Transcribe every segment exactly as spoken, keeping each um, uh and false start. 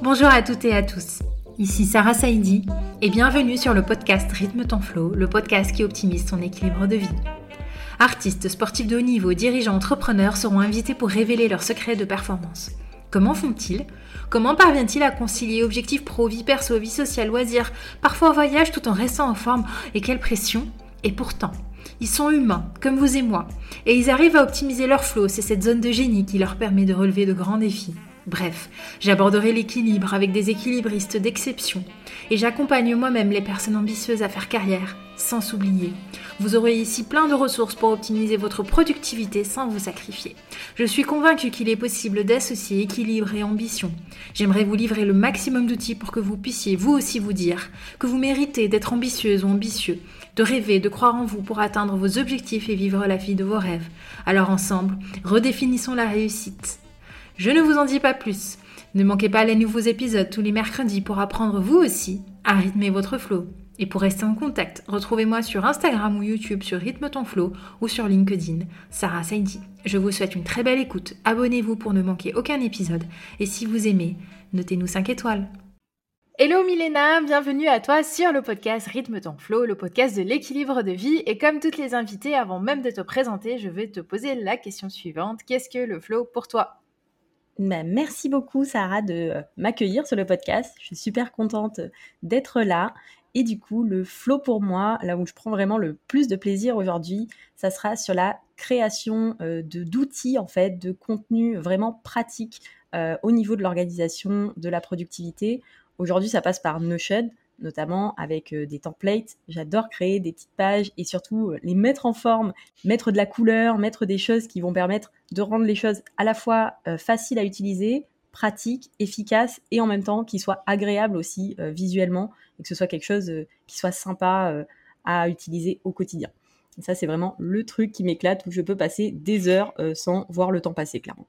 Bonjour à toutes et à tous, ici Sarah Saïdi et bienvenue sur le podcast Rythme ton flow, le podcast qui optimise ton équilibre de vie. Artistes, sportifs de haut niveau, dirigeants, entrepreneurs seront invités pour révéler leurs secrets de performance. Comment font-ils ? Comment parviennent-ils à concilier objectifs pro, vie perso, vie sociale, loisirs, parfois voyage tout en restant en forme ? Et quelle pression ? Et pourtant, ils sont humains, comme vous et moi, et ils arrivent à optimiser leur flow, c'est cette zone de génie qui leur permet de relever de grands défis. Bref, j'aborderai l'équilibre avec des équilibristes d'exception et j'accompagne moi-même les personnes ambitieuses à faire carrière sans s'oublier. Vous aurez ici plein de ressources pour optimiser votre productivité sans vous sacrifier. Je suis convaincue qu'il est possible d'associer équilibre et ambition. J'aimerais vous livrer le maximum d'outils pour que vous puissiez vous aussi vous dire que vous méritez d'être ambitieuse ou ambitieux, de rêver, de croire en vous pour atteindre vos objectifs et vivre la vie de vos rêves. Alors ensemble, redéfinissons la réussite. Je ne vous en dis pas plus. Ne manquez pas les nouveaux épisodes tous les mercredis pour apprendre vous aussi à rythmer votre flow. Et pour rester en contact, retrouvez-moi sur Instagram ou YouTube sur Rythme ton flow ou sur LinkedIn, Sarah Saïdi. Je vous souhaite une très belle écoute. Abonnez-vous pour ne manquer aucun épisode. Et si vous aimez, notez-nous cinq étoiles. Hello Milena, bienvenue à toi sur le podcast Rythme ton flow, le podcast de l'équilibre de vie. Et comme toutes les invitées, avant même de te présenter, je vais te poser la question suivante. Qu'est-ce que le flow pour toi ? Bah, merci beaucoup Sarah de euh, m'accueillir sur le podcast. Je suis super contente d'être là. Et du coup, le flow pour moi, là où je prends vraiment le plus de plaisir aujourd'hui, ça sera sur la création euh, de, d'outils, en fait, de contenu vraiment pratique euh, au niveau de l'organisation, de la productivité. Aujourd'hui, ça passe par Notion, notamment avec euh, des templates. J'adore créer des petites pages et surtout euh, les mettre en forme, mettre de la couleur, mettre des choses qui vont permettre de rendre les choses à la fois euh, faciles à utiliser, pratiques, efficaces et en même temps qui soient agréables aussi euh, visuellement et que ce soit quelque chose euh, qui soit sympa euh, à utiliser au quotidien. Et ça, c'est vraiment le truc qui m'éclate où je peux passer des heures euh, sans voir le temps passer, clairement.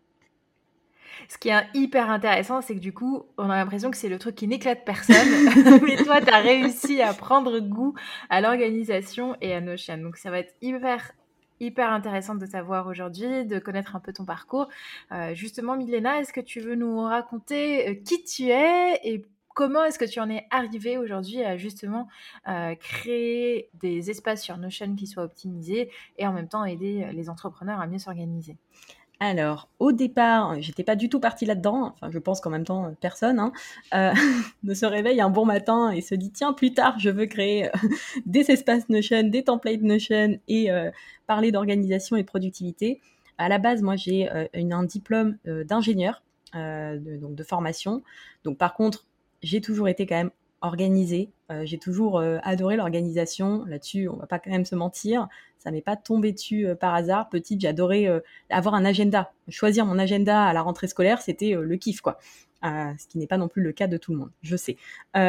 Ce qui est hyper intéressant, c'est que du coup, on a l'impression que c'est le truc qui n'éclate personne. Mais toi, tu as réussi à prendre goût à l'organisation et à Notion. Donc, ça va être hyper, hyper intéressant de savoir aujourd'hui, de connaître un peu ton parcours. Euh, justement, Milena, est-ce que tu veux nous raconter euh, qui tu es et comment est-ce que tu en es arrivée aujourd'hui à justement euh, créer des espaces sur Notion qui soient optimisés et en même temps aider les entrepreneurs à mieux s'organiser ? Alors, au départ, j'étais pas du tout partie là-dedans. Enfin, je pense qu'en même temps, personne hein, euh, ne se réveille un bon matin et se dit « Tiens, plus tard, je veux créer euh, des espaces Notion, des templates Notion et euh, parler d'organisation et de productivité. » À la base, moi, j'ai euh, une, un diplôme euh, d'ingénieur, euh, de, donc de formation. Donc, par contre, j'ai toujours été quand même organisée. Euh, j'ai toujours euh, adoré l'organisation. Là-dessus, on va pas quand même se mentir. Ça m'est pas tombé dessus euh, par hasard. Petite, j'adorais euh, avoir un agenda. Choisir mon agenda à la rentrée scolaire, c'était euh, le kiff, quoi. Euh, ce qui n'est pas non plus le cas de tout le monde, je sais. Euh...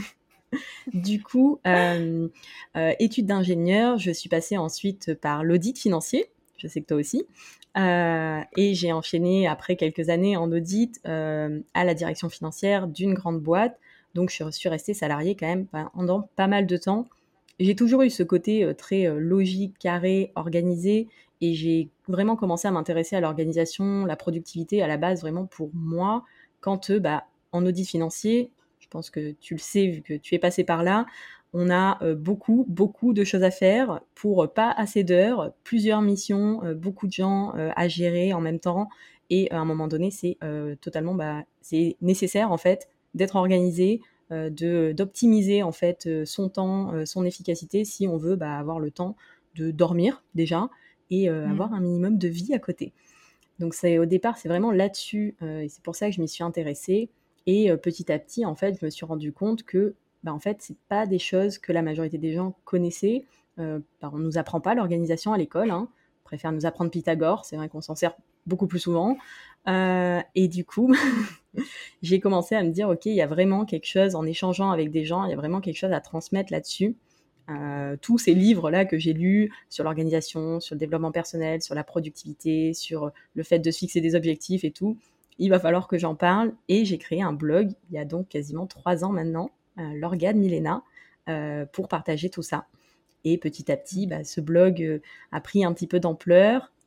du coup, euh, euh, études d'ingénieur, je suis passée ensuite par l'audit financier. Je sais que toi aussi. Euh, et j'ai enchaîné après quelques années en audit euh, à la direction financière d'une grande boîte. Donc, je suis restée salariée quand même pendant pas mal de temps. J'ai toujours eu ce côté euh, très euh, logique, carré, organisé, et j'ai vraiment commencé à m'intéresser à l'organisation, la productivité à la base vraiment pour moi, quand euh, bah, en audit financier, je pense que tu le sais vu que tu es passé par là, on a euh, beaucoup, beaucoup de choses à faire pour euh, pas assez d'heures, plusieurs missions, euh, beaucoup de gens euh, à gérer en même temps, et euh, à un moment donné, c'est euh, totalement, bah, c'est nécessaire en fait d'être organisé, euh, de d'optimiser en fait euh, son temps, euh, son efficacité si on veut bah, avoir le temps de dormir déjà et euh, mmh. avoir un minimum de vie à côté. Donc c'est au départ c'est vraiment là-dessus euh, et c'est pour ça que je m'y suis intéressée et euh, petit à petit en fait je me suis rendu compte que bah, en fait c'est pas des choses que la majorité des gens connaissaient. Euh, bah, on nous apprend pas l'organisation à l'école, hein. On préfère nous apprendre Pythagore, c'est vrai qu'on s'en sert beaucoup plus souvent. Euh, et du coup, j'ai commencé à me dire, ok, il y a vraiment quelque chose, en échangeant avec des gens, il y a vraiment quelque chose à transmettre là-dessus. Euh, tous ces livres-là que j'ai lus sur l'organisation, sur le développement personnel, sur la productivité, sur le fait de se fixer des objectifs et tout, il va falloir que j'en parle. Et j'ai créé un blog, il y a donc quasiment trois ans maintenant, euh, l'Organe Milena, euh, pour partager tout ça. Et petit à petit, bah, ce blog euh, a pris un petit peu d'ampleur.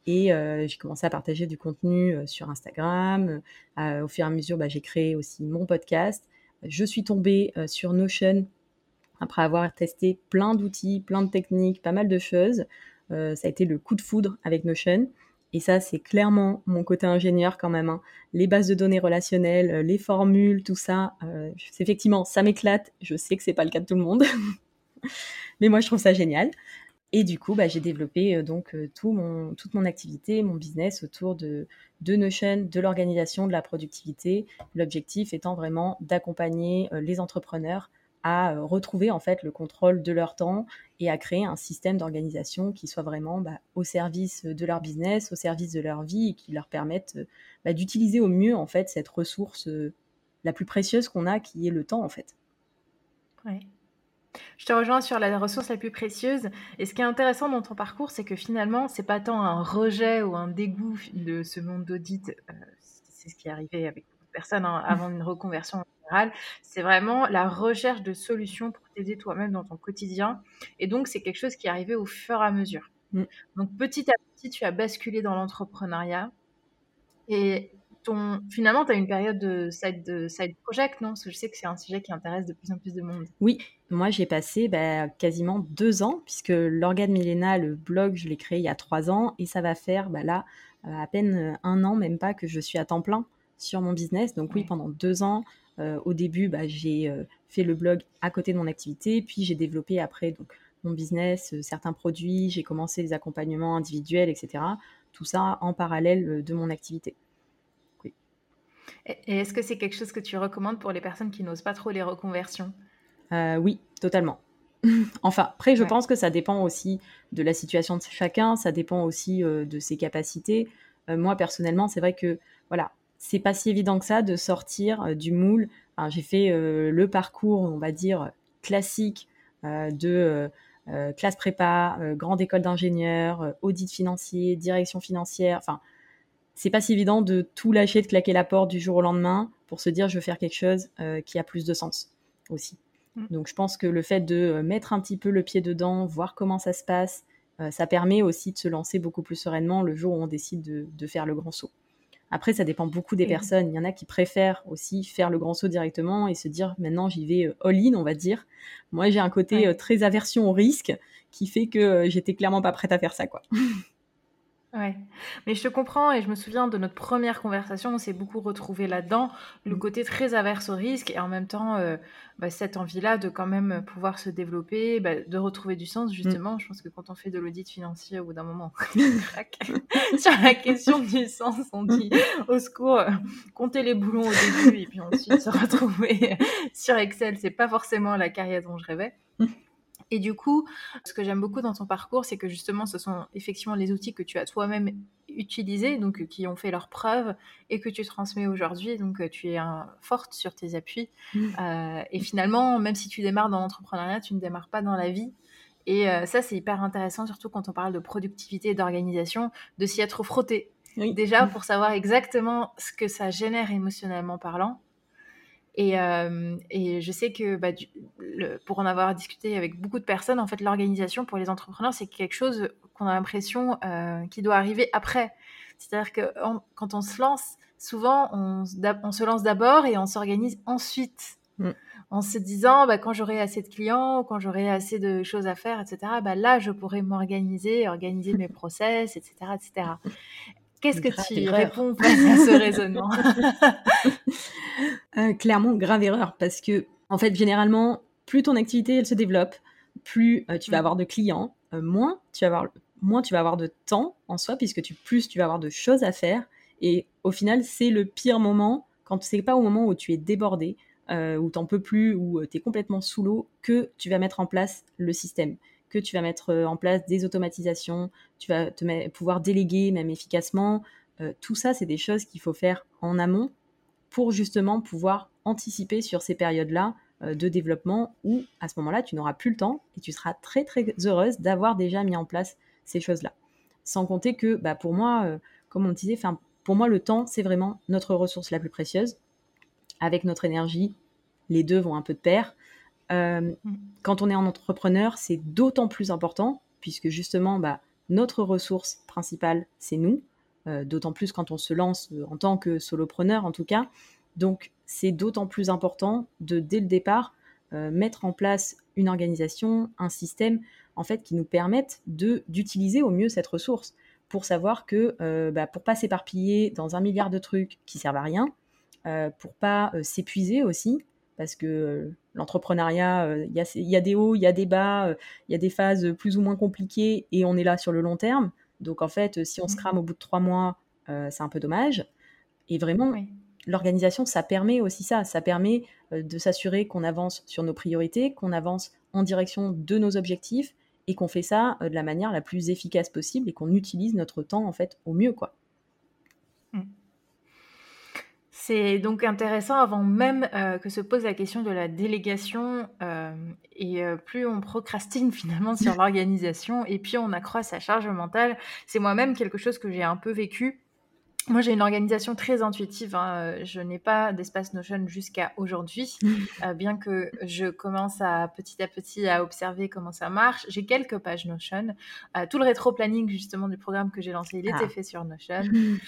Et euh, j'ai commencé à partager du contenu euh, sur Instagram. Euh, au fur et à mesure, bah, j'ai créé aussi mon podcast. Je suis tombée euh, sur Notion après avoir testé plein d'outils, plein de techniques, pas mal de choses. Euh, ça a été le coup de foudre avec Notion. Et ça, c'est clairement mon côté ingénieur quand même, hein. Les bases de données relationnelles, les formules, tout ça, euh, effectivement, ça m'éclate. Je sais que c'est pas le cas de tout le monde, mais moi, je trouve ça génial. Et du coup, bah, j'ai développé euh, donc euh, tout mon, toute mon activité, mon business autour de, de Notion, de l'organisation, de la productivité. L'objectif étant vraiment d'accompagner euh, les entrepreneurs à euh, retrouver en fait le contrôle de leur temps et à créer un système d'organisation qui soit vraiment bah, au service de leur business, au service de leur vie et qui leur permette euh, bah, d'utiliser au mieux en fait cette ressource euh, la plus précieuse qu'on a, qui est le temps en fait. Ouais. Je te rejoins sur la ressource la plus précieuse. Et ce qui est intéressant dans ton parcours, c'est que finalement, c'est pas tant un rejet ou un dégoût de ce monde d'audit. Euh, c'est ce qui est arrivé avec beaucoup de personnes hein, avant une reconversion en général. C'est vraiment la recherche de solutions pour t'aider toi-même dans ton quotidien. Et donc, c'est quelque chose qui est arrivé au fur et à mesure. Mm. Donc, petit à petit, tu as basculé dans l'entrepreneuriat. Et ton, finalement, tu as une période de side, de side project, non? Parce que je sais que c'est un sujet qui intéresse de plus en plus de monde. Oui, moi j'ai passé bah, quasiment deux ans, puisque l'Organe Milléna, le blog, je l'ai créé il y a trois ans, et ça va faire bah, là à peine un an, même pas, que je suis à temps plein sur mon business. Donc oui, ouais. Pendant deux ans, euh, au début, bah, j'ai euh, fait le blog à côté de mon activité, puis j'ai développé après donc, mon business, euh, certains produits, j'ai commencé les accompagnements individuels, et cetera. Tout ça en parallèle de mon activité. Oui. Et est-ce que c'est quelque chose que tu recommandes pour les personnes qui n'osent pas trop les reconversions ? Euh, oui, totalement. Enfin, après, je ouais. pense que ça dépend aussi de la situation de chacun, ça dépend aussi euh, de ses capacités. Euh, moi, personnellement, c'est vrai que, voilà, c'est pas si évident que ça de sortir euh, du moule. Enfin, j'ai fait euh, le parcours, on va dire, classique euh, de euh, classe prépa, euh, grande école d'ingénieur, euh, audit financier, direction financière. Enfin, c'est pas si évident de tout lâcher, de claquer la porte du jour au lendemain pour se dire, je veux faire quelque chose euh, qui a plus de sens aussi. Donc, je pense que le fait de mettre un petit peu le pied dedans, voir comment ça se passe, euh, ça permet aussi de se lancer beaucoup plus sereinement le jour où on décide de, de faire le grand saut. Après, ça dépend beaucoup des oui. personnes. Il y en a qui préfèrent aussi faire le grand saut directement et se dire, maintenant, j'y vais all-in, on va dire. Moi, j'ai un côté ouais. euh, très aversion au risque qui fait que euh, j'étais clairement pas prête à faire ça, quoi. Ouais, mais je te comprends et je me souviens de notre première conversation, on s'est beaucoup retrouvé là-dedans, le mmh. côté très averse au risque et en même temps euh, bah, cette envie-là de quand même pouvoir se développer, bah, de retrouver du sens justement. Mmh. Je pense que quand on fait de l'audit financier, au bout d'un moment, on craque sur la question du sens. On dit au secours, euh, compter les boulons au début et puis ensuite se retrouver sur Excel, c'est pas forcément la carrière dont je rêvais. Mmh. Et du coup, ce que j'aime beaucoup dans ton parcours, c'est que justement, ce sont effectivement les outils que tu as toi-même utilisés, donc qui ont fait leurs preuves et que tu transmets aujourd'hui. Donc, tu es un, forte sur tes appuis. Mmh. Euh, et finalement, même si tu démarres dans l'entrepreneuriat, tu ne démarres pas dans la vie. Et euh, ça, c'est hyper intéressant, surtout quand on parle de productivité et d'organisation, de s'y être frotté. Oui. Déjà, pour savoir exactement ce que ça génère émotionnellement parlant. Et, euh, et je sais que bah, du, le, pour en avoir discuté avec beaucoup de personnes, en fait, l'organisation pour les entrepreneurs, c'est quelque chose qu'on a l'impression euh, qui doit arriver après. C'est-à-dire que on, quand on se lance, souvent, on, on se lance d'abord et on s'organise ensuite. Mm. En se disant, bah, quand j'aurai assez de clients, quand j'aurai assez de choses à faire, et cetera, bah, là, je pourrai m'organiser, organiser mes process, et cetera, et cetera. Qu'est-ce que grave tu erreur. réponds face à ce raisonnement? euh, Clairement, grave erreur, parce que, en fait, généralement, plus ton activité elle se développe, plus euh, tu vas mmh. avoir de clients, euh, moins, tu vas avoir, moins tu vas avoir de temps en soi, puisque tu, plus tu vas avoir de choses à faire. Et au final, c'est le pire moment, quand c'est pas au moment où tu es débordé, euh, où t'en peux plus, où tu es complètement sous l'eau, que tu vas mettre en place le système. Que tu vas mettre en place des automatisations, tu vas te mettre, pouvoir déléguer même efficacement. Euh, tout ça, c'est des choses qu'il faut faire en amont pour justement pouvoir anticiper sur ces périodes-là euh, de développement où, à ce moment-là, tu n'auras plus le temps et tu seras très, très heureuse d'avoir déjà mis en place ces choses-là. Sans compter que, bah, pour moi, euh, comme on le disait, pour moi, le temps, c'est vraiment notre ressource la plus précieuse. Avec notre énergie, les deux vont un peu de pair. Euh, mmh. Quand on est en entrepreneur, c'est d'autant plus important, puisque justement, bah, notre ressource principale, c'est nous, euh, d'autant plus quand on se lance euh, en tant que solopreneur en tout cas. Donc c'est d'autant plus important de, dès le départ, euh, mettre en place une organisation, un système en fait qui nous permette de, d'utiliser au mieux cette ressource pour savoir que euh, bah, pour pas s'éparpiller dans un milliard de trucs qui servent à rien, euh, pour pas euh, s'épuiser aussi, parce que euh, l'entrepreneuriat, il euh, y, y a des hauts, il y a des bas, il euh, y a des phases plus ou moins compliquées et on est là sur le long terme. Donc en fait, si on se crame au bout de trois mois, euh, c'est un peu dommage. Et vraiment, oui. L'organisation, ça permet aussi ça. Ça permet euh, de s'assurer qu'on avance sur nos priorités, qu'on avance en direction de nos objectifs et qu'on fait ça euh, de la manière la plus efficace possible et qu'on utilise notre temps en fait au mieux, quoi. Mmh. C'est donc intéressant avant même euh, que se pose la question de la délégation euh, et euh, plus on procrastine finalement sur l'organisation et puis on accroît sa charge mentale. C'est moi-même quelque chose que j'ai un peu vécu. Moi, j'ai une organisation très intuitive. Hein. Je n'ai pas d'espace Notion jusqu'à aujourd'hui, euh, bien que je commence à petit à petit à observer comment ça marche. J'ai quelques pages Notion. Euh, tout le rétro-planning justement du programme que j'ai lancé, il était ah. fait sur Notion.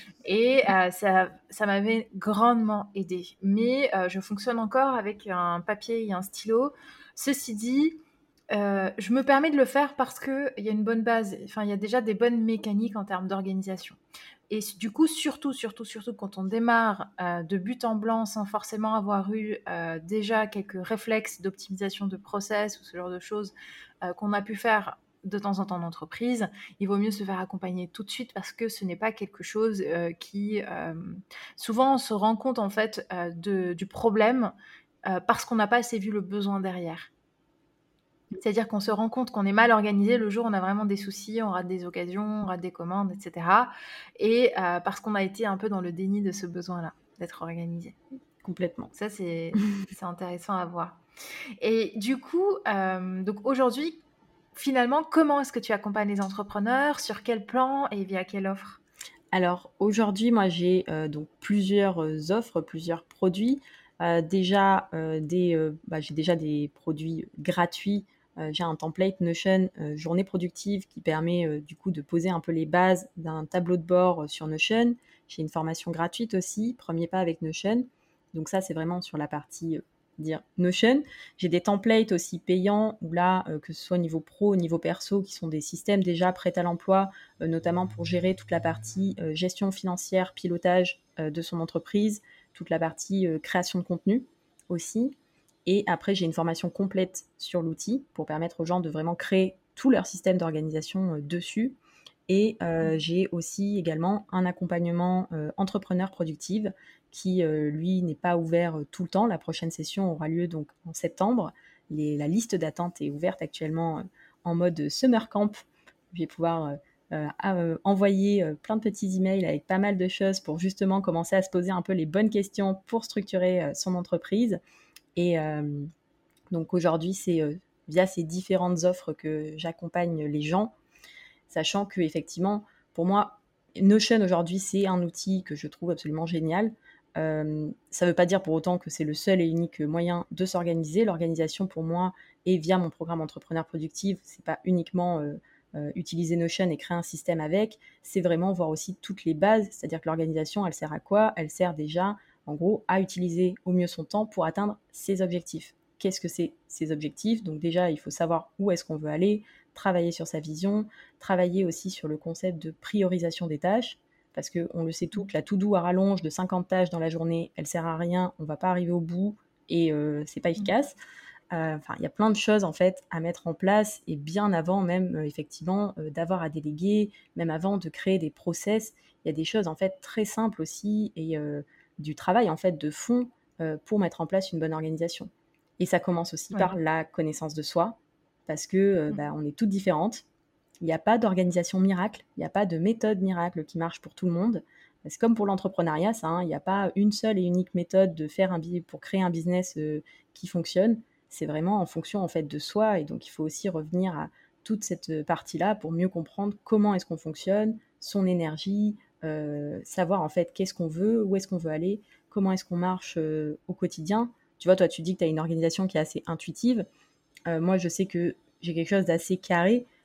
Et euh, ça, ça m'avait grandement aidé. Mais euh, je fonctionne encore avec un papier et un stylo. Ceci dit, euh, je me permets de le faire parce qu'il y a une bonne base. Enfin, il y a déjà des bonnes mécaniques en termes d'organisation. Et du coup, surtout, surtout, surtout quand on démarre euh, de but en blanc sans forcément avoir eu euh, déjà quelques réflexes d'optimisation de process ou ce genre de choses euh, qu'on a pu faire de temps en temps en entreprise, il vaut mieux se faire accompagner tout de suite parce que ce n'est pas quelque chose euh, qui... Euh, souvent, on se rend compte en fait euh, de, du problème euh, parce qu'on n'a pas assez vu le besoin derrière. C'est-à-dire qu'on se rend compte qu'on est mal organisé le jour où on a vraiment des soucis, on rate des occasions, on rate des commandes, et cetera. Et euh, parce qu'on a été un peu dans le déni de ce besoin-là, d'être organisé. Complètement. Ça, c'est, c'est intéressant à voir. Et du coup, euh, donc aujourd'hui, finalement, comment est-ce que tu accompagnes les entrepreneurs? Sur quel plan et via quelle offre? Alors aujourd'hui, moi j'ai euh, donc plusieurs euh, offres, plusieurs produits. Euh, déjà, euh, des, euh, bah, j'ai déjà des produits gratuits. Euh, j'ai un template Notion euh, journée productive qui permet euh, du coup de poser un peu les bases d'un tableau de bord euh, sur Notion. J'ai une formation gratuite aussi, premier pas avec Notion. Donc ça, c'est vraiment sur la partie euh, dire Notion. J'ai des templates aussi payants où là, euh, que ce soit au niveau pro, au niveau perso, qui sont des systèmes déjà prêts à l'emploi, euh, notamment pour gérer toute la partie euh, gestion financière, pilotage euh, de son entreprise, toute la partie euh, création de contenu aussi. Et après, j'ai une formation complète sur l'outil pour permettre aux gens de vraiment créer tout leur système d'organisation euh, dessus. Et euh, j'ai aussi également un accompagnement euh, entrepreneur productive qui, euh, lui, n'est pas ouvert euh, tout le temps. La prochaine session aura lieu donc en septembre. Les, la liste d'attente est ouverte actuellement euh, en mode summer camp. Je vais pouvoir euh, euh, euh, envoyer euh, plein de petits emails avec pas mal de choses pour justement commencer à se poser un peu les bonnes questions pour structurer euh, son entreprise. Et euh, donc aujourd'hui, c'est euh, via ces différentes offres que j'accompagne les gens, sachant que effectivement, pour moi, Notion aujourd'hui, c'est un outil que je trouve absolument génial. Euh, ça ne veut pas dire pour autant que c'est le seul et unique moyen de s'organiser. L'organisation, pour moi, est via mon programme Entrepreneur Productive. C'est pas uniquement euh, euh, utiliser Notion et créer un système avec. C'est vraiment voir aussi toutes les bases. C'est-à-dire que l'organisation, elle sert à quoi? Elle sert déjà, en gros, à utiliser au mieux son temps pour atteindre ses objectifs. Qu'est-ce que c'est ces objectifs? Donc déjà, il faut savoir où est-ce qu'on veut aller, travailler sur sa vision, travailler aussi sur le concept de priorisation des tâches, parce qu'on le sait tout, que la to-do à rallonge de cinquante tâches dans la journée, elle sert à rien, on va pas arriver au bout et euh, c'est pas efficace. Euh, enfin, il y a plein de choses en fait à mettre en place et bien avant même euh, effectivement euh, d'avoir à déléguer, même avant de créer des process, il y a des choses en fait très simples aussi et euh, du travail en fait de fond euh, pour mettre en place une bonne organisation. Et ça commence aussi ouais. par la connaissance de soi, parce que euh, bah, on est toutes différentes. Il n'y a pas d'organisation miracle, il n'y a pas de méthode miracle qui marche pour tout le monde. C'est comme pour l'entrepreneuriat, ça, hein, il n'y a pas une seule et unique méthode de faire un pour créer un business euh, qui fonctionne. C'est vraiment en fonction en fait de soi, et donc il faut aussi revenir à toute cette partie-là pour mieux comprendre comment est-ce qu'on fonctionne, son énergie, euh, savoir en fait qu'est-ce qu'on veut, où est-ce qu'on veut aller, comment est-ce qu'on marche euh, au quotidien. Tu vois, toi, tu dis que tu as une organisation qui est assez intuitive. Euh, moi, je sais que j'ai quelque chose d'assez carré,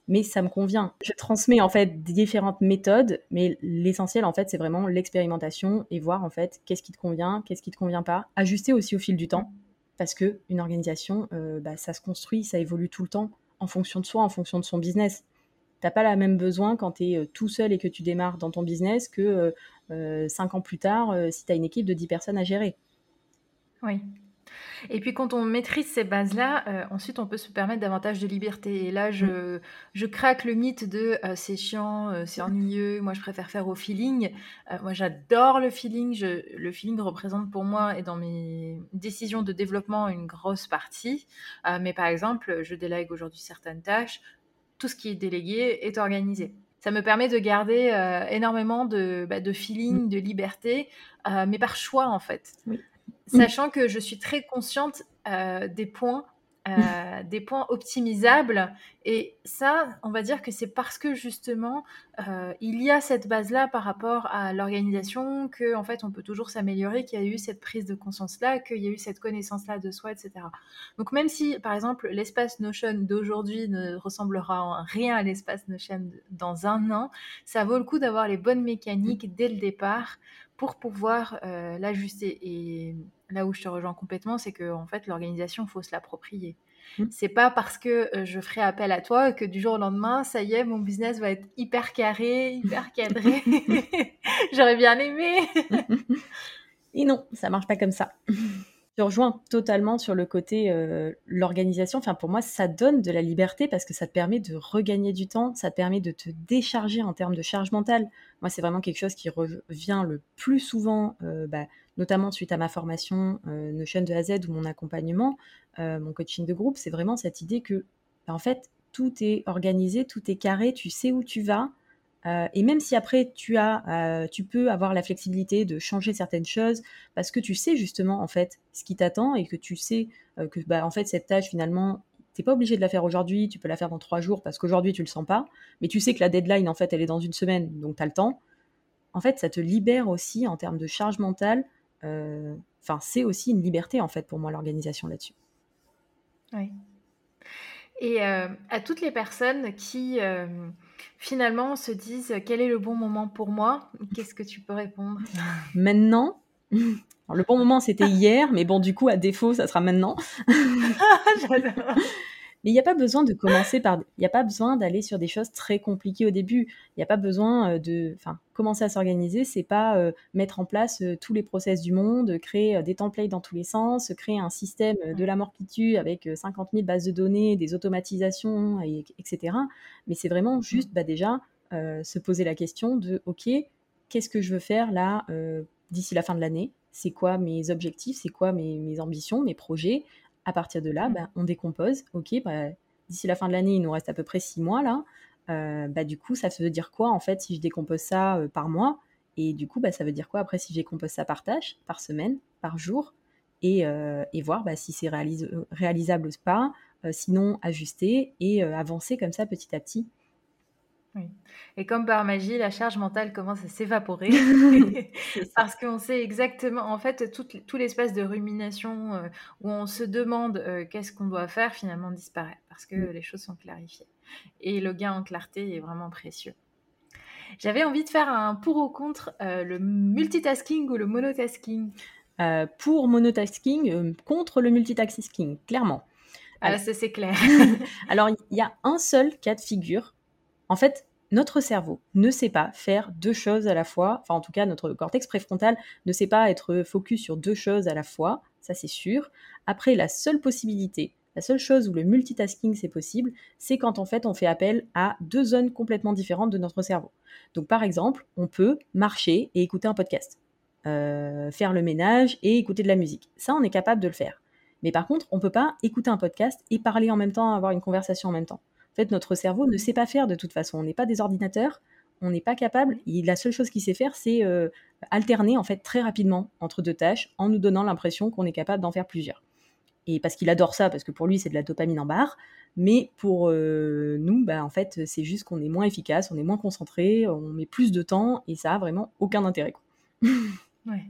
mais ça me convient. Je transmets en fait différentes méthodes, mais l'essentiel en fait c'est vraiment l'expérimentation et voir en fait qu'est-ce qui te convient, qu'est-ce qui te convient pas, ajuster aussi au fil du temps, parce que une organisation, euh, bah, ça se construit, ça évolue tout le temps en fonction de soi, en fonction de son business. T'as pas la même besoin quand tu es euh, tout seul et que tu démarres dans ton business que euh, euh, cinq ans plus tard euh, si tu as une équipe de dix personnes à gérer. Oui. Et puis quand on maîtrise ces bases-là, euh, ensuite on peut se permettre davantage de liberté. Et là, je, mmh. je craque le mythe de euh, c'est chiant, euh, c'est ennuyeux, moi je préfère faire au feeling. Euh, moi j'adore le feeling. Je, le feeling représente pour moi et dans mes décisions de développement une grosse partie. Euh, mais par exemple, je délègue aujourd'hui certaines tâches. Tout ce qui est délégué est organisé. Ça me permet de garder euh, énormément de, bah, de feeling, de liberté, euh, mais par choix en fait. Oui. Sachant que je suis très consciente euh, des points, euh, des points optimisables. Et ça, on va dire que c'est parce que justement, euh, il y a cette base-là par rapport à l'organisation, qu'en fait, on peut toujours s'améliorer, qu'il y a eu cette prise de conscience-là, qu'il y a eu cette connaissance-là de soi, et cetera. Donc même si, par exemple, l'espace Notion d'aujourd'hui ne ressemblera en rien à l'espace Notion dans un an, ça vaut le coup d'avoir les bonnes mécaniques dès le départ pour pouvoir euh, l'ajuster. Et là où je te rejoins complètement, c'est que en fait, l'organisation, il faut se l'approprier. Mmh. C'est pas parce que euh, je ferai appel à toi que du jour au lendemain, ça y est, mon business va être hyper carré, hyper cadré. J'aurais bien aimé. Et non, ça marche pas comme ça. Je rejoins totalement sur le côté euh, l'organisation. Enfin, pour moi, ça donne de la liberté parce que ça te permet de regagner du temps, ça te permet de te décharger en termes de charge mentale. Moi, c'est vraiment quelque chose qui revient le plus souvent, euh, bah, notamment suite à ma formation euh, Notion de A à Z ou mon accompagnement, euh, mon coaching de groupe. C'est vraiment cette idée que, bah, en fait, tout est organisé, tout est carré, tu sais où tu vas. Euh, et même si après tu as, euh, tu peux avoir la flexibilité de changer certaines choses parce que tu sais justement en fait ce qui t'attend et que tu sais euh, que bah, en fait cette tâche finalement t'es pas obligé de la faire aujourd'hui, tu peux la faire dans trois jours parce qu'aujourd'hui tu le sens pas, mais tu sais que la deadline en fait elle est dans une semaine donc t'as le temps. En fait ça te libère aussi en termes de charge mentale. Enfin euh, c'est aussi une liberté en fait pour moi l'organisation là-dessus. Oui. Et euh, à toutes les personnes qui euh, finalement se disent quel est le bon moment pour moi, qu'est-ce que tu peux répondre? Maintenant, alors, le bon moment c'était hier, mais bon du coup à défaut ça sera maintenant. J'adore. Mais il n'y a pas besoin de commencer par, il n'y a pas besoin d'aller sur des choses très compliquées au début. Il n'y a pas besoin de, enfin, commencer à s'organiser, c'est pas euh, mettre en place euh, tous les process du monde, créer euh, des templates dans tous les sens, créer un système euh, de la mort qui tue avec euh, cinquante mille bases de données, des automatisations, et, etc. Mais c'est vraiment juste, bah, déjà, euh, se poser la question de, ok, qu'est-ce que je veux faire là euh, d'ici la fin de l'année? C'est quoi mes objectifs? C'est quoi mes, mes ambitions, mes projets? À partir de là, bah, on décompose. Ok, bah, d'ici la fin de l'année, il nous reste à peu près six mois là. Euh, bah, du coup, ça veut dire quoi en fait si je décompose ça euh, par mois? Et du coup, bah, ça veut dire quoi après si je décompose ça par tâche, par semaine, par jour? Et, euh, et voir bah, si c'est réalis- réalisable ou pas. Euh, sinon, ajuster et euh, avancer comme ça petit à petit. Oui. Et comme par magie, la charge mentale commence à s'évaporer parce qu'on sait exactement, en fait, tout, tout l'espace de rumination euh, où on se demande euh, qu'est-ce qu'on doit faire finalement disparaît parce que mmh. les choses sont clarifiées. Et le gain en clarté est vraiment précieux. J'avais envie de faire un pour ou contre euh, le multitasking ou le monotasking. Euh, pour monotasking, euh, contre le multitasking, clairement. Alors, ah, ça c'est clair. Alors, il y a un seul cas de figure. En fait, notre cerveau ne sait pas faire deux choses à la fois. Enfin, en tout cas, notre cortex préfrontal ne sait pas être focus sur deux choses à la fois. Ça, c'est sûr. Après, la seule possibilité, la seule chose où le multitasking c'est possible, c'est quand en fait on fait appel à deux zones complètement différentes de notre cerveau. Donc, par exemple, on peut marcher et écouter un podcast, euh, faire le ménage et écouter de la musique. Ça, on est capable de le faire. Mais par contre, on ne peut pas écouter un podcast et parler en même temps, avoir une conversation en même temps. En fait, notre cerveau ne sait pas faire de toute façon. On n'est pas des ordinateurs, on n'est pas capable. Et la seule chose qu'il sait faire, c'est euh, alterner en fait très rapidement entre deux tâches en nous donnant l'impression qu'on est capable d'en faire plusieurs. Et parce qu'il adore ça, parce que pour lui, c'est de la dopamine en barre. Mais pour euh, nous, bah, en fait, c'est juste qu'on est moins efficace, on est moins concentré, on met plus de temps et ça a vraiment aucun intérêt. Ouais.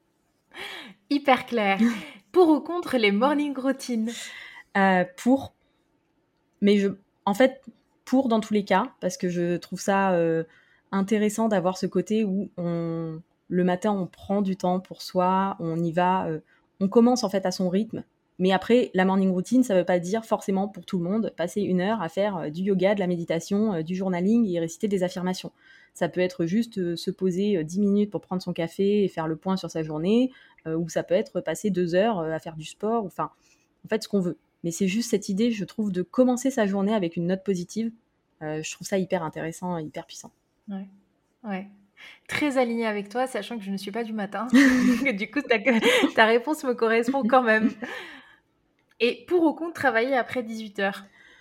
Hyper clair. Pour ou contre les morning routines? euh, Pour. Mais je, en fait, pour dans tous les cas, parce que je trouve ça euh, intéressant d'avoir ce côté où on, le matin, on prend du temps pour soi, on y va, euh, on commence en fait à son rythme. Mais après, la morning routine, ça ne veut pas dire forcément pour tout le monde passer une heure à faire euh, du yoga, de la méditation, euh, du journaling et réciter des affirmations. Ça peut être juste euh, se poser euh, dix minutes pour prendre son café et faire le point sur sa journée, euh, ou ça peut être passer deux heures euh, à faire du sport, enfin, en fait, ce qu'on veut. Mais c'est juste cette idée, je trouve, de commencer sa journée avec une note positive. Euh, je trouve ça hyper intéressant, hyper puissant. Ouais, ouais. Très alignée avec toi, sachant que je ne suis pas du matin. Du coup, ta, ta réponse me correspond quand même. Et pour ou contre travailler après dix-huit heures?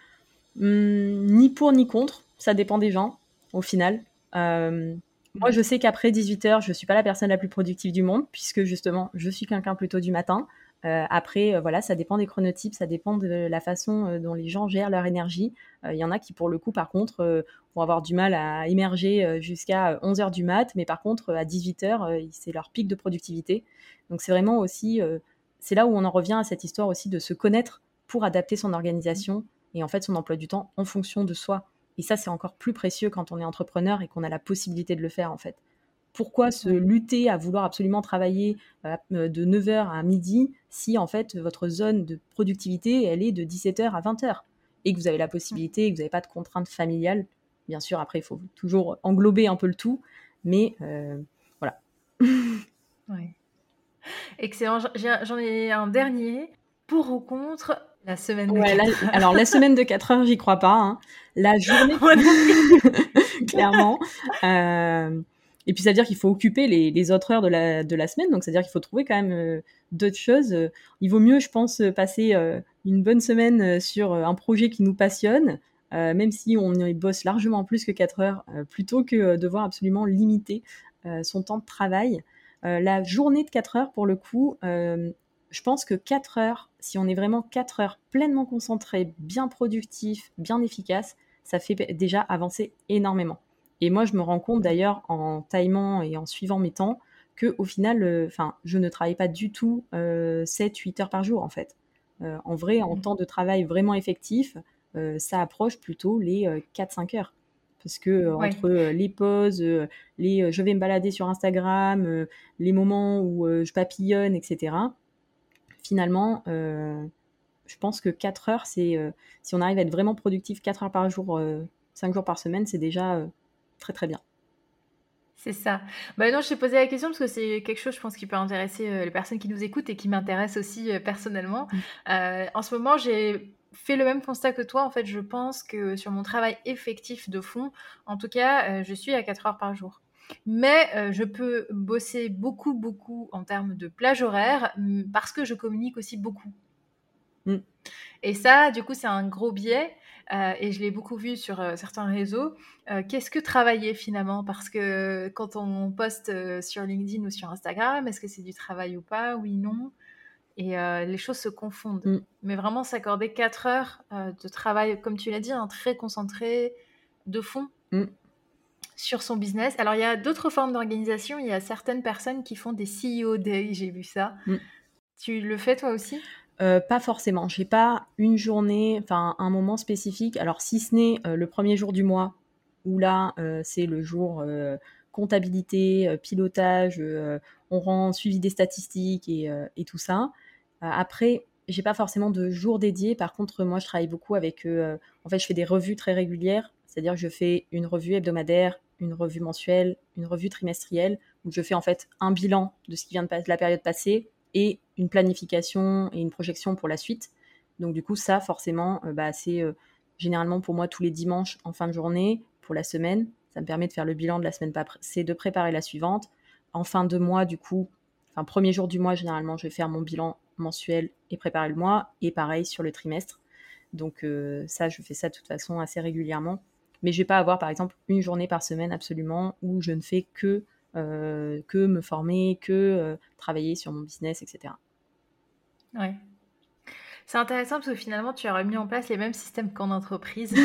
Hum, ni pour ni contre, ça dépend des gens, au final. Euh, moi, je sais qu'après dix-huit heures, je ne suis pas la personne la plus productive du monde, puisque justement, je suis quelqu'un plutôt du matin. Euh, après, euh, voilà, ça dépend des chronotypes, ça dépend de la façon euh, dont les gens gèrent leur énergie. Il euh, y en a qui, pour le coup, par contre, euh, vont avoir du mal à émerger euh, jusqu'à onze heures du mat, mais par contre, à dix-huit heures, euh, c'est leur pic de productivité. Donc, c'est vraiment aussi, euh, c'est là où on en revient à cette histoire aussi de se connaître pour adapter son organisation et en fait son emploi du temps en fonction de soi. Et ça, c'est encore plus précieux quand on est entrepreneur et qu'on a la possibilité de le faire, en fait. Pourquoi se lutter à vouloir absolument travailler euh, de neuf heures à midi si, en fait, votre zone de productivité, elle est de dix-sept heures à vingt heures et que vous avez la possibilité et que vous n'avez pas de contraintes familiales. Bien sûr, après, il faut toujours englober un peu le tout, mais euh, voilà. Ouais. Excellent. J'en ai un dernier. Pour ou contre la semaine de ouais, quatre là, heures? Alors, la semaine de quatre heures, j'y crois pas. Hein. La journée, clairement. Euh, et puis, ça veut dire qu'il faut occuper les, les autres heures de la, de la semaine. Donc, ça veut dire qu'il faut trouver quand même euh, d'autres choses. Il vaut mieux, je pense, passer euh, une bonne semaine sur un projet qui nous passionne, euh, même si on y bosse largement plus que quatre heures, euh, plutôt que euh, devoir absolument limiter euh, son temps de travail. Euh, la journée de quatre heures, pour le coup, euh, je pense que quatre heures, si on est vraiment quatre heures pleinement concentré, bien productif, bien efficace, ça fait déjà avancer énormément. Et moi, je me rends compte d'ailleurs en timant et en suivant mes temps qu'au final, euh, je ne travaille pas du tout euh, sept huit heures par jour en fait. Euh, en vrai, en temps de travail vraiment effectif, euh, ça approche plutôt les euh, quatre cinq heures. Parce que euh, Ouais. entre euh, les pauses, euh, les euh, je vais me balader sur Instagram, euh, les moments où euh, je papillonne, et cetera, finalement, euh, je pense que quatre heures, c'est, euh, si on arrive à être vraiment productif quatre heures par jour, euh, cinq jours par semaine, c'est déjà euh, très très bien. C'est ça. Bah non, je t'ai posé la question parce que c'est quelque chose, je pense, qui peut intéresser euh, les personnes qui nous écoutent et qui m'intéresse aussi euh, personnellement. Mmh. Euh, en ce moment, j'ai fait le même constat que toi. En fait, je pense que sur mon travail effectif de fond, en tout cas, euh, je suis à quatre heures par jour. Mais euh, je peux bosser beaucoup, beaucoup en termes de plage horaire m- parce que je communique aussi beaucoup. Mmh. Et ça, du coup, c'est un gros biais. Euh, et je l'ai beaucoup vu sur euh, certains réseaux. Euh, qu'est-ce que travailler finalement? Parce que quand on poste euh, sur LinkedIn ou sur Instagram, est-ce que c'est du travail ou pas? Oui, non. Et euh, les choses se confondent. Mmh. Mais vraiment s'accorder quatre heures euh, de travail, comme tu l'as dit, hein, très concentré, de fond, Mmh. sur son business. Alors, il y a d'autres formes d'organisation. Il y a certaines personnes qui font des C E O Day, j'ai vu ça. Mmh. Tu le fais toi aussi? Euh, pas forcément. J'ai pas une journée, enfin un moment spécifique. Alors si ce n'est euh, le premier jour du mois, où là euh, c'est le jour euh, comptabilité, euh, pilotage, euh, on rend suivi des statistiques et, euh, et tout ça. Euh, après, j'ai pas forcément de jour dédié. Par contre, moi je travaille beaucoup avec. Euh, en fait, je fais des revues très régulières. C'est-à-dire que je fais une revue hebdomadaire, une revue mensuelle, une revue trimestrielle, où je fais en fait un bilan de ce qui vient de, de la période passée et une planification et une projection pour la suite. Donc du coup, ça, forcément, euh, bah, c'est euh, généralement pour moi tous les dimanches en fin de journée pour la semaine. Ça me permet de faire le bilan de la semaine passée, de préparer la suivante. En fin de mois, du coup, enfin premier jour du mois, généralement, je vais faire mon bilan mensuel et préparer le mois. Et pareil sur le trimestre. Donc euh, ça, je fais ça de toute façon assez régulièrement. Mais je vais pas avoir, par exemple, une journée par semaine absolument où je ne fais que Euh, que me former, que euh, travailler sur mon business, et cetera. Ouais. C'est intéressant parce que finalement, tu as remis en place les mêmes systèmes qu'en entreprise.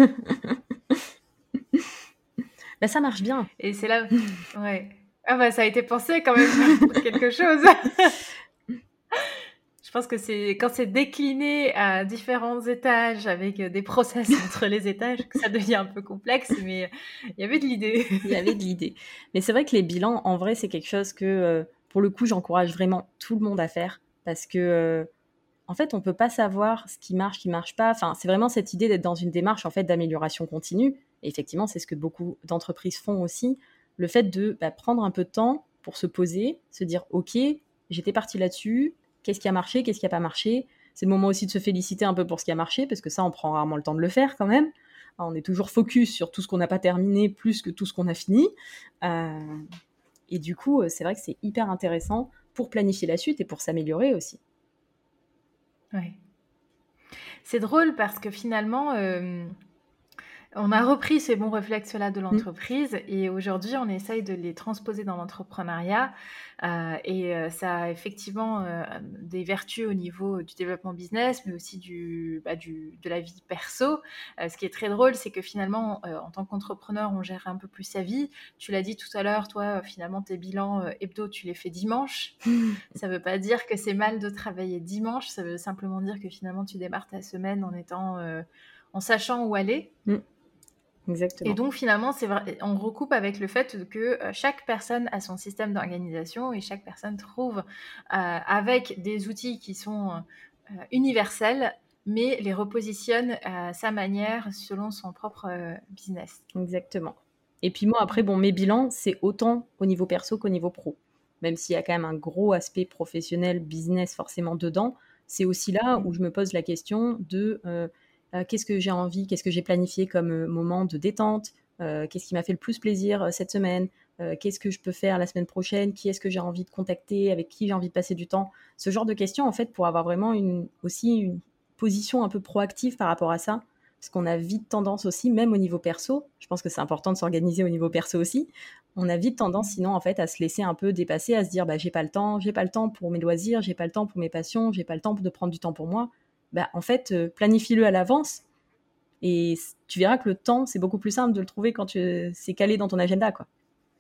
Bah, ça marche bien. Et c'est là... Ouais. Ah bah ça a été pensé quand même pour quelque chose. Je pense que c'est quand c'est décliné à différents étages avec des process entre les étages que ça devient un peu complexe, mais il y avait de l'idée. Il y avait de l'idée. Mais c'est vrai que les bilans, en vrai, c'est quelque chose que, euh, pour le coup, j'encourage vraiment tout le monde à faire parce que, euh, en fait, on peut pas savoir ce qui marche, ce qui marche pas. Enfin, c'est vraiment cette idée d'être dans une démarche en fait d'amélioration continue. Et effectivement, c'est ce que beaucoup d'entreprises font aussi. Le fait de bah, prendre un peu de temps pour se poser, se dire, ok, j'étais parti là-dessus. Qu'est-ce qui a marché, qu'est-ce qui a pas marché. C'est le moment aussi de se féliciter un peu pour ce qui a marché parce que ça, on prend rarement le temps de le faire quand même. On est toujours focus sur tout ce qu'on n'a pas terminé plus que tout ce qu'on a fini. Euh, et du coup, c'est vrai que c'est hyper intéressant pour planifier la suite et pour s'améliorer aussi. Ouais. C'est drôle parce que finalement, euh, on a repris ces bons réflexes-là de l'entreprise mmh. et aujourd'hui, on essaye de les transposer dans l'entrepreneuriat. Euh, et euh, ça a effectivement euh, des vertus au niveau du développement business, mais aussi du, bah, du, de la vie perso. Euh, ce qui est très drôle, c'est que finalement, euh, en tant qu'entrepreneur, on gère un peu plus sa vie. Tu l'as dit tout à l'heure, toi, finalement, tes bilans euh, hebdo, tu les fais dimanche. Ça ne veut pas dire que c'est mal de travailler dimanche. Ça veut simplement dire que finalement, tu démarres ta semaine en étant, euh, en sachant où aller. Mmh. Exactement. Et donc finalement, c'est vrai, on recoupe avec le fait que chaque personne a son système d'organisation et chaque personne trouve euh, avec des outils qui sont euh, universels, mais les repositionne à sa manière selon son propre euh, business. Exactement. Et puis moi, après, bon, mes bilans, c'est autant au niveau perso qu'au niveau pro. Même s'il y a quand même un gros aspect professionnel, business forcément dedans, c'est aussi là où je me pose la question de... Euh, Euh, qu'est-ce que j'ai envie, qu'est-ce que j'ai planifié comme euh, moment de détente, euh, qu'est-ce qui m'a fait le plus plaisir euh, cette semaine, euh, qu'est-ce que je peux faire la semaine prochaine, qui est-ce que j'ai envie de contacter, avec qui j'ai envie de passer du temps. Ce genre de questions, en fait, pour avoir vraiment une, aussi une position un peu proactive par rapport à ça, parce qu'on a vite tendance aussi, même au niveau perso, je pense que c'est important de s'organiser au niveau perso aussi, on a vite tendance sinon en fait à se laisser un peu dépasser, à se dire bah, j'ai pas le temps, j'ai pas le temps pour mes loisirs, j'ai pas le temps pour mes passions, j'ai pas le temps de prendre du temps pour moi. Bah, en fait, euh, planifie-le à l'avance et tu verras que le temps, c'est beaucoup plus simple de le trouver quand tu... c'est calé dans ton agenda, quoi.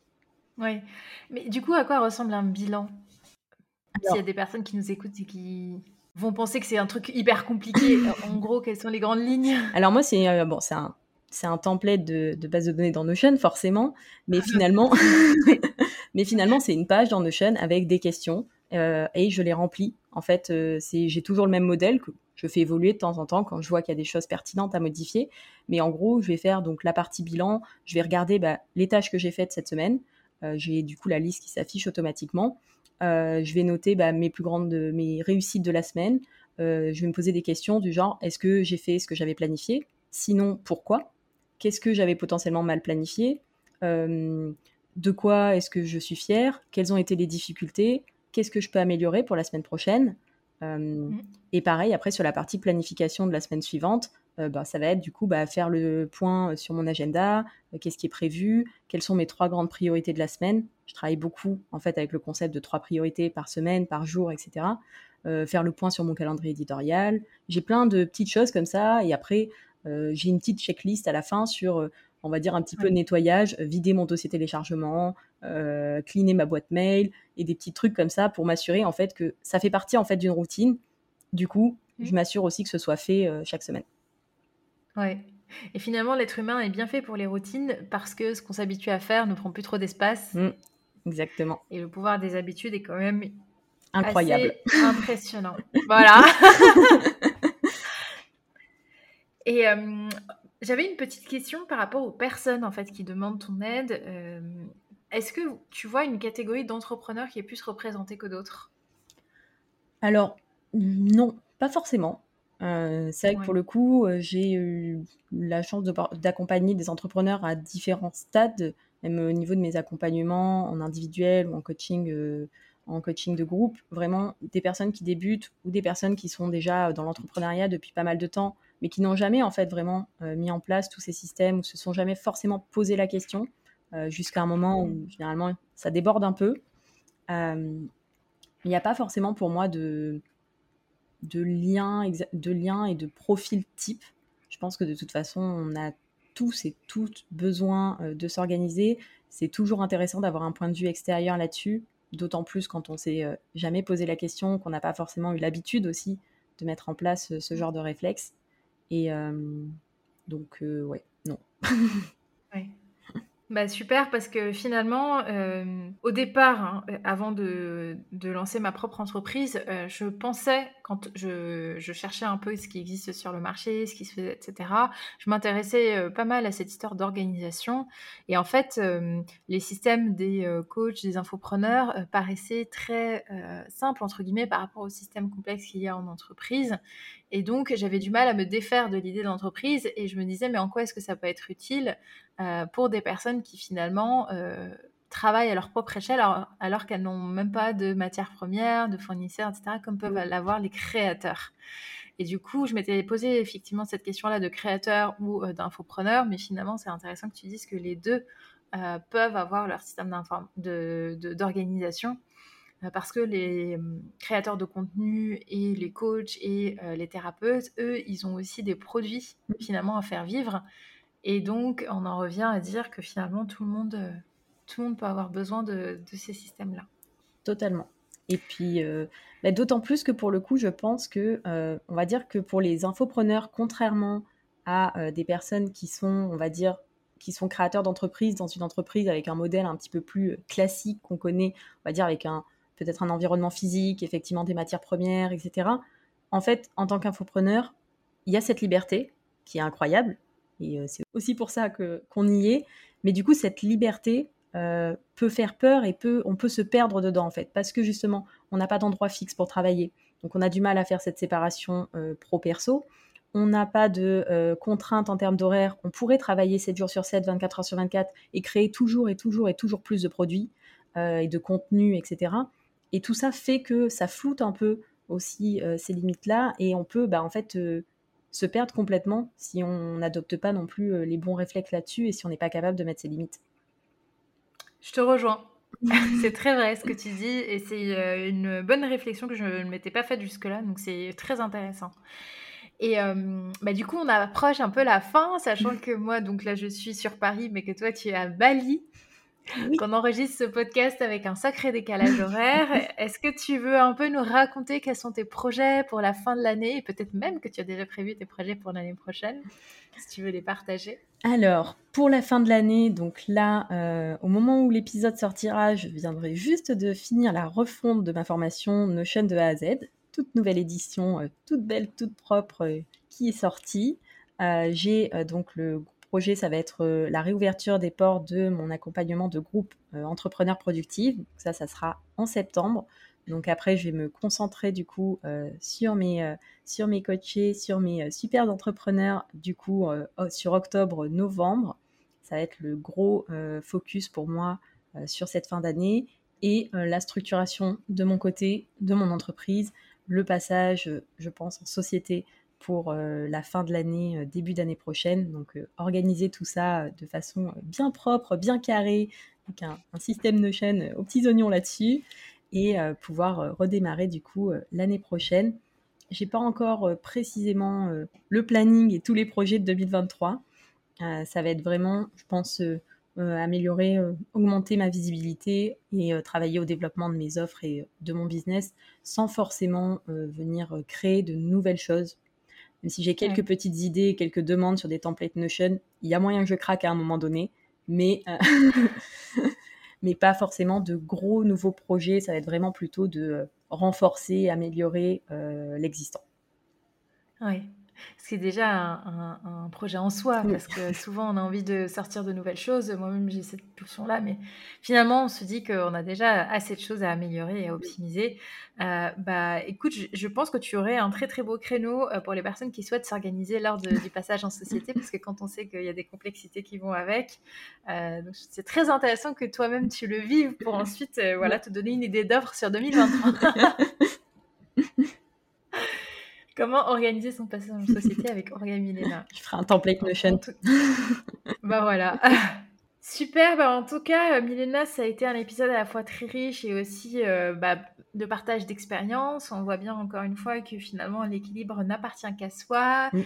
Oui, mais du coup, à quoi ressemble un bilan ? Alors, s'il y a des personnes qui nous écoutent et qui vont penser que c'est un truc hyper compliqué, en gros, quelles sont les grandes lignes ? Alors moi, c'est, euh, bon, c'est, un, c'est un template de, de base de données dans Notion, forcément, mais finalement, mais finalement c'est une page dans Notion avec des questions euh, et je les remplis. En fait, euh, c'est, j'ai toujours le même modèle que je fais évoluer de temps en temps quand je vois qu'il y a des choses pertinentes à modifier. Mais en gros, je vais faire donc la partie bilan, je vais regarder bah, les tâches que j'ai faites cette semaine. Euh, j'ai du coup la liste qui s'affiche automatiquement. Euh, je vais noter bah, mes plus grandes, mes réussites de la semaine. Euh, je vais me poser des questions du genre, est-ce que j'ai fait ce que j'avais planifié ? Sinon, pourquoi ? Qu'est-ce que j'avais potentiellement mal planifié ? euh, De quoi est-ce que je suis fière ? Quelles ont été les difficultés ? Qu'est-ce que je peux améliorer pour la semaine prochaine ? euh, mmh. Et pareil, après, sur la partie planification de la semaine suivante, euh, bah, ça va être du coup bah, faire le point sur mon agenda, euh, qu'est-ce qui est prévu, quelles sont mes trois grandes priorités de la semaine. Je travaille beaucoup en fait avec le concept de trois priorités par semaine, par jour, et cetera. Euh, faire le point sur mon calendrier éditorial. J'ai plein de petites choses comme ça. Et après, euh, j'ai une petite checklist à la fin sur, euh, on va dire, un petit peu Oui. nettoyage, euh, vider mon dossier téléchargement, euh, cleaner ma boîte mail et des petits trucs comme ça pour m'assurer en fait que ça fait partie en fait d'une routine. Du coup, mmh. je m'assure aussi que ce soit fait euh, chaque semaine. Ouais. Et finalement, l'être humain est bien fait pour les routines parce que ce qu'on s'habitue à faire ne prend plus trop d'espace. Mmh, exactement. Et le pouvoir des habitudes est quand même incroyable, assez impressionnant. Voilà. Et euh, j'avais une petite question par rapport aux personnes en fait qui demandent ton aide. Euh, est-ce que tu vois une catégorie d'entrepreneurs qui est plus représentée que d'autres ? Alors, non, pas forcément. Euh, c'est vrai ouais. que pour le coup, euh, j'ai eu la chance de, d'accompagner des entrepreneurs à différents stades, même au niveau de mes accompagnements en individuel ou en coaching, euh, en coaching de groupe. Vraiment, des personnes qui débutent ou des personnes qui sont déjà dans l'entrepreneuriat depuis pas mal de temps, mais qui n'ont jamais en fait vraiment euh, mis en place tous ces systèmes ou se sont jamais forcément posé la question, euh, jusqu'à un moment où généralement ça déborde un peu. Euh, il n'y a pas forcément pour moi de, de, lien, de lien et de profil type. Je pense que de toute façon, on a tous et toutes besoin de s'organiser. C'est toujours intéressant d'avoir un point de vue extérieur là-dessus. d'autant plus quand on s'est euh, jamais posé la question, qu'on n'a pas forcément eu l'habitude aussi de mettre en place euh, ce genre de réflexe. Et euh, donc, euh, ouais, non. Ouais. Bah super parce que finalement, euh, au départ, hein, avant de, de lancer ma propre entreprise, euh, je pensais, quand je, je cherchais un peu ce qui existe sur le marché, ce qui se fait, et cetera, je m'intéressais euh, pas mal à cette histoire d'organisation. Et en fait, euh, les systèmes des euh, coachs, des infopreneurs euh, paraissaient très euh, simples, entre guillemets, par rapport au système complexe qu'il y a en entreprise. Et donc, j'avais du mal à me défaire de l'idée d'entreprise et je me disais, mais en quoi est-ce que ça peut être utile euh, pour des personnes qui finalement euh, travaillent à leur propre échelle alors, alors qu'elles n'ont même pas de matières premières, de fournisseurs, et cetera, comme peuvent l'avoir les créateurs. Et du coup, je m'étais posé effectivement cette question-là de créateur ou euh, d'infopreneur, mais finalement, c'est intéressant que tu dises que les deux euh, peuvent avoir leur système de, de, d'organisation. Parce que les créateurs de contenu et les coachs et euh, les thérapeutes, eux, ils ont aussi des produits finalement à faire vivre. Et donc, on en revient à dire que finalement, tout le monde, euh, tout le monde peut avoir besoin de, de ces systèmes-là. Totalement. Et puis, euh, bah, d'autant plus que pour le coup, je pense que, euh, on va dire que pour les infopreneurs, contrairement à euh, des personnes qui sont, on va dire, qui sont créateurs d'entreprises dans une entreprise avec un modèle un petit peu plus classique qu'on connaît, on va dire avec un peut-être un environnement physique, effectivement des matières premières, et cetera. En fait, en tant qu'infopreneur, il y a cette liberté qui est incroyable, et euh, c'est aussi pour ça que, qu'on y est. Mais du coup, cette liberté euh, peut faire peur et peut, on peut se perdre dedans, en fait, parce que justement, on n'a pas d'endroit fixe pour travailler. Donc, on a du mal à faire cette séparation euh, pro-perso. On n'a pas de euh, contraintes en termes d'horaire. On pourrait travailler sept jours sur sept, vingt-quatre heures sur vingt-quatre et créer toujours et toujours et toujours plus de produits euh, et de contenus, et cetera. Et tout ça fait que ça floute un peu aussi euh, ces limites-là et on peut bah, en fait euh, se perdre complètement si on n'adopte pas non plus euh, les bons réflexes là-dessus et si on n'est pas capable de mettre ses limites. Je te rejoins. C'est très vrai ce que tu dis et c'est euh, une bonne réflexion que je ne m'étais pas faite jusque-là, donc c'est très intéressant. Et euh, bah, du coup, on approche un peu la fin, sachant que moi, donc là, je suis sur Paris, mais que toi, tu es à Bali. Oui. Qu'on enregistre ce podcast avec un sacré décalage horaire. Est-ce que tu veux un peu nous raconter quels sont tes projets pour la fin de l'année et peut-être même que tu as déjà prévu tes projets pour l'année prochaine, si tu veux les partager? Alors, pour la fin de l'année, donc là, euh, au moment où l'épisode sortira, je viendrai juste de finir la refonte de ma formation Notion de A à Z. Toute nouvelle édition, euh, toute belle, toute propre, euh, qui est sortie. Euh, j'ai euh, donc le projet, ça va être euh, la réouverture des ports de mon accompagnement de groupe euh, entrepreneurs productifs. Ça, ça sera en septembre. Donc après, je vais me concentrer du coup euh, sur mes euh, sur mes coachés, sur mes euh, super entrepreneurs du coup euh, sur octobre-novembre. Ça va être le gros euh, focus pour moi euh, sur cette fin d'année et euh, la structuration de mon côté, de mon entreprise, le passage, euh, je pense, en société pour euh, la fin de l'année, euh, début d'année prochaine. Donc euh, organiser tout ça euh, de façon bien propre, bien carrée, avec un, un système Notion euh, aux petits oignons là-dessus et euh, pouvoir euh, redémarrer du coup euh, l'année prochaine. J'ai pas encore euh, précisément euh, le planning et tous les projets de deux mille vingt-trois. Euh, ça va être vraiment, je pense, euh, euh, améliorer, euh, augmenter ma visibilité et euh, travailler au développement de mes offres et de mon business sans forcément euh, venir euh, créer de nouvelles choses. Même si j'ai quelques ouais. petites idées, quelques demandes sur des templates Notion, il y a moyen que je craque à un moment donné, mais, euh, mais pas forcément de gros nouveaux projets. Ça va être vraiment plutôt de euh, renforcer, améliorer euh, l'existant. Oui. C'est déjà un, un, un projet en soi, oui. Parce que souvent on a envie de sortir de nouvelles choses. Moi-même j'ai cette pulsion-là, mais finalement on se dit qu'on a déjà assez de choses à améliorer et à optimiser. Euh, bah, écoute, je, je pense que tu aurais un très très beau créneau pour les personnes qui souhaitent s'organiser lors de, du passage en société, parce que quand on sait qu'il y a des complexités qui vont avec, euh, donc c'est très intéressant que toi-même tu le vives pour ensuite euh, voilà, te donner une idée d'offre sur deux mille vingt-trois. Comment organiser son passage en société avec Orga Milena? Je ferai un template Notion. Tout... bah voilà. Super. Bah en tout cas, Milena, ça a été un épisode à la fois très riche et aussi euh, bah, de partage d'expérience. On voit bien encore une fois que finalement l'équilibre n'appartient qu'à soi. Mm.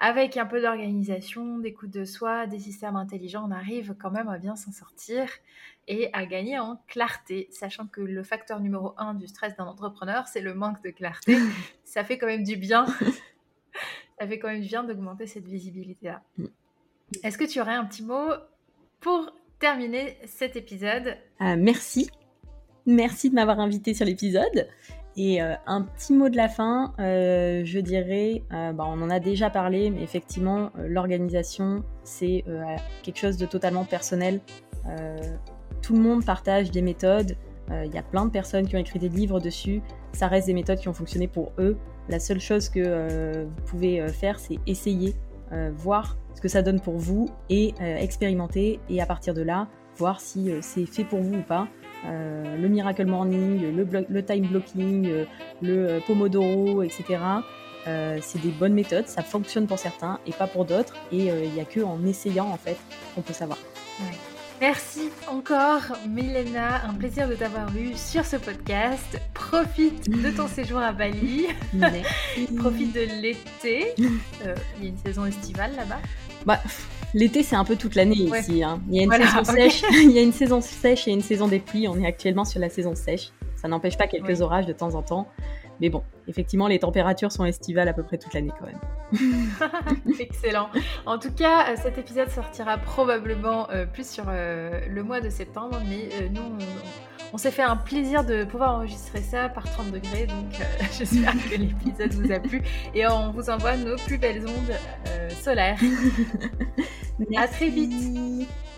avec un peu d'organisation, d'écoute de soi, des systèmes intelligents, on arrive quand même à bien s'en sortir et à gagner en clarté, sachant que le facteur numéro un du stress d'un entrepreneur, c'est le manque de clarté. Ça fait quand même du bien. Ça fait quand même du bien d'augmenter cette visibilité-là. Est-ce que tu aurais un petit mot pour terminer cet épisode ? euh, Merci. Merci de m'avoir invité sur l'épisode. Et euh, un petit mot de la fin, euh, je dirais, euh, bah, on en a déjà parlé, mais effectivement, euh, l'organisation, c'est euh, quelque chose de totalement personnel. Euh, tout le monde partage des méthodes. Il euh, y a plein de personnes qui ont écrit des livres dessus. Ça reste des méthodes qui ont fonctionné pour eux. La seule chose que euh, vous pouvez euh, faire, c'est essayer, euh, voir ce que ça donne pour vous et euh, expérimenter. Et à partir de là, voir si euh, c'est fait pour vous ou pas. Euh, le Miracle Morning, le, blo- le Time Blocking, euh, le euh, Pomodoro, et cetera. Euh, c'est des bonnes méthodes, ça fonctionne pour certains et pas pour d'autres. Et il euh, n'y a qu'en essayant, en fait, qu'on peut savoir. Ouais. Merci encore, Milena. Un plaisir de t'avoir eu sur ce podcast. Profite de ton séjour à Bali. Merci. Profite de l'été. Euh, il y a une saison estivale là-bas. Bah, l'été, c'est un peu toute l'année ouais. ici. Hein. Il y a une voilà, saison okay. sèche, il y a une saison sèche et une saison des pluies. On est actuellement sur la saison sèche. Ça n'empêche pas quelques ouais. orages de temps en temps. Mais bon, effectivement, les températures sont estivales à peu près toute l'année quand même. Excellent. En tout cas, cet épisode sortira probablement euh, plus sur euh, le mois de septembre. Mais euh, nous, on, on s'est fait un plaisir de pouvoir enregistrer ça par trente degrés. Donc, euh, j'espère que l'épisode vous a plu. Et on vous envoie nos plus belles ondes euh, solaires. Merci. À très vite.